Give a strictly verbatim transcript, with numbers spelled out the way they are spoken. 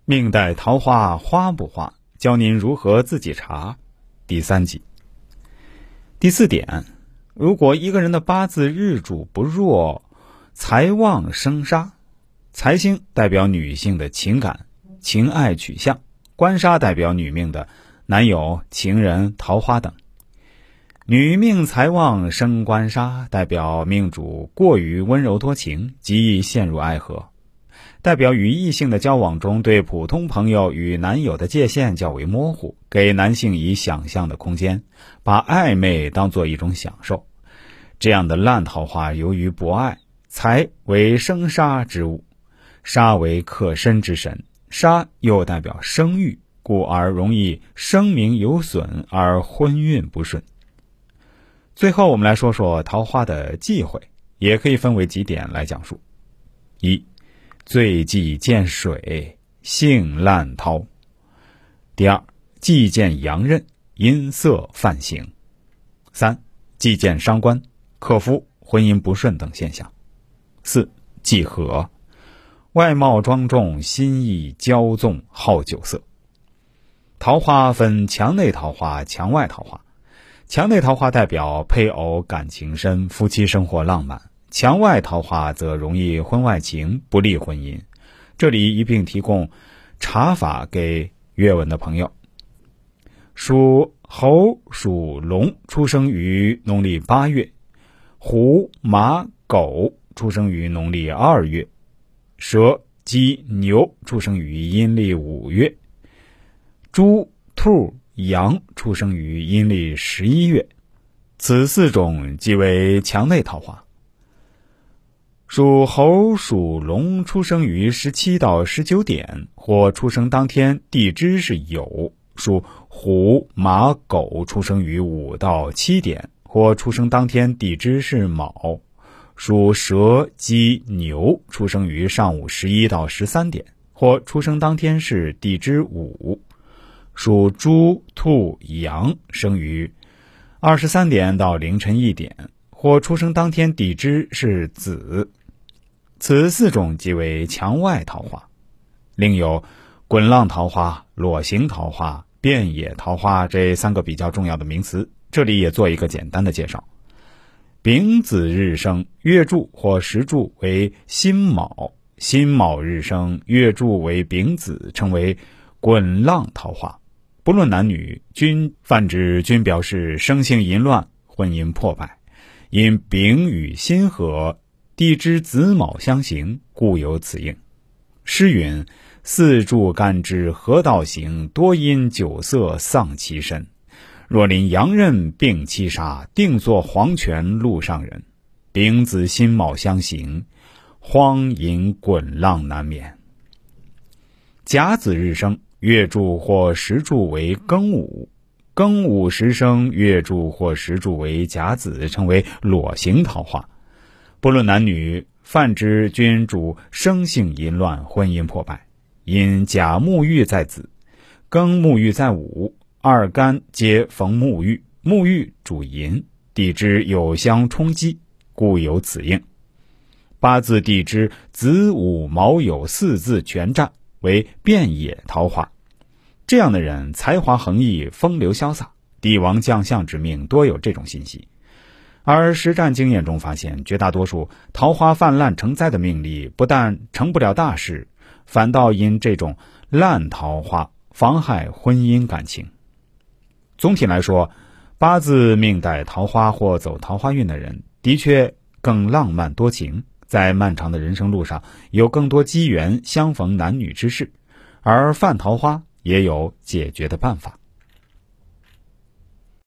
命带桃花花不花，教您如何自己查。第三集。第四点，如果一个人的八字日主不弱，财旺生杀，财星代表女性的情感、情爱取向，官杀代表女命的男友、情人、桃花等。女命财旺生官杀，代表命主过于温柔多情，极易陷入爱河，代表与异性的交往中对普通朋友与男友的界限较为模糊，给男性以想象的空间，把暧昧当作一种享受。这样的烂桃花由于博爱，财为生杀之物，杀为克身之神，杀又代表生育，故而容易声名有损而婚运不顺。最后我们来说说桃花的忌讳，也可以分为几点来讲述。一、最忌见水，性烂桃。第二，忌见阳刃，阴色泛形。三，忌见伤官，克夫，婚姻不顺等现象。四，忌合，外貌庄重，心意骄纵，好酒色。桃花分墙内桃花、墙外桃花。墙内桃花代表配偶感情深，夫妻生活浪漫，墙外桃花则容易婚外情，不利婚姻。这里一并提供查法给阅文的朋友。属猴、属龙出生于农历八月，虎、马、狗出生于农历二月，蛇、鸡、牛出生于阴历五月，猪、兔、羊出生于阴历十一月，此四种即为墙内桃花。属猴、属龙出生于十七到十九点，或出生当天地支是酉；属虎、马、狗出生于五到七点，或出生当天地支是卯；属蛇、鸡、牛出生于上午十一到十三点，或出生当天是地支午；属猪、兔、羊生于二十三点到凌晨一点，或出生当天地支是子。此四种即为墙外桃花。另有滚浪桃花、裸形桃花、遍野桃花这三个比较重要的名词，这里也做一个简单的介绍。丙子日生，月柱或时柱为辛卯，辛卯日生，月柱为丙子，称为滚浪桃花。不论男女，均泛指均表示生性淫乱，婚姻破败。因丙与辛合，地支子卯相刑，故有此应。诗云：四柱干支合道行，多因酒色丧其身。若临阳刃并七杀，定作黄泉路上人。丙子辛卯相刑，荒淫滚浪难免。甲子日生，月柱或时柱为庚午，庚午时生，月柱或时柱为甲子，称为裸形桃花。不论男女，泛指均主生性淫乱，婚姻破败。因甲木玉在子，庚木玉在午，二干皆逢木玉，木玉主淫，地支有相冲击，故有此应。八字地支子午卯酉四字全占，为遍野桃花。这样的人才华横溢，风流潇洒，帝王将相之命多有这种信息。而实战经验中发现，绝大多数桃花泛滥成灾的命例，不但成不了大事，反倒因这种烂桃花妨害婚姻感情。总体来说，八字命带桃花或走桃花运的人，的确更浪漫多情，在漫长的人生路上有更多机缘相逢男女之事，而犯桃花也有解决的办法。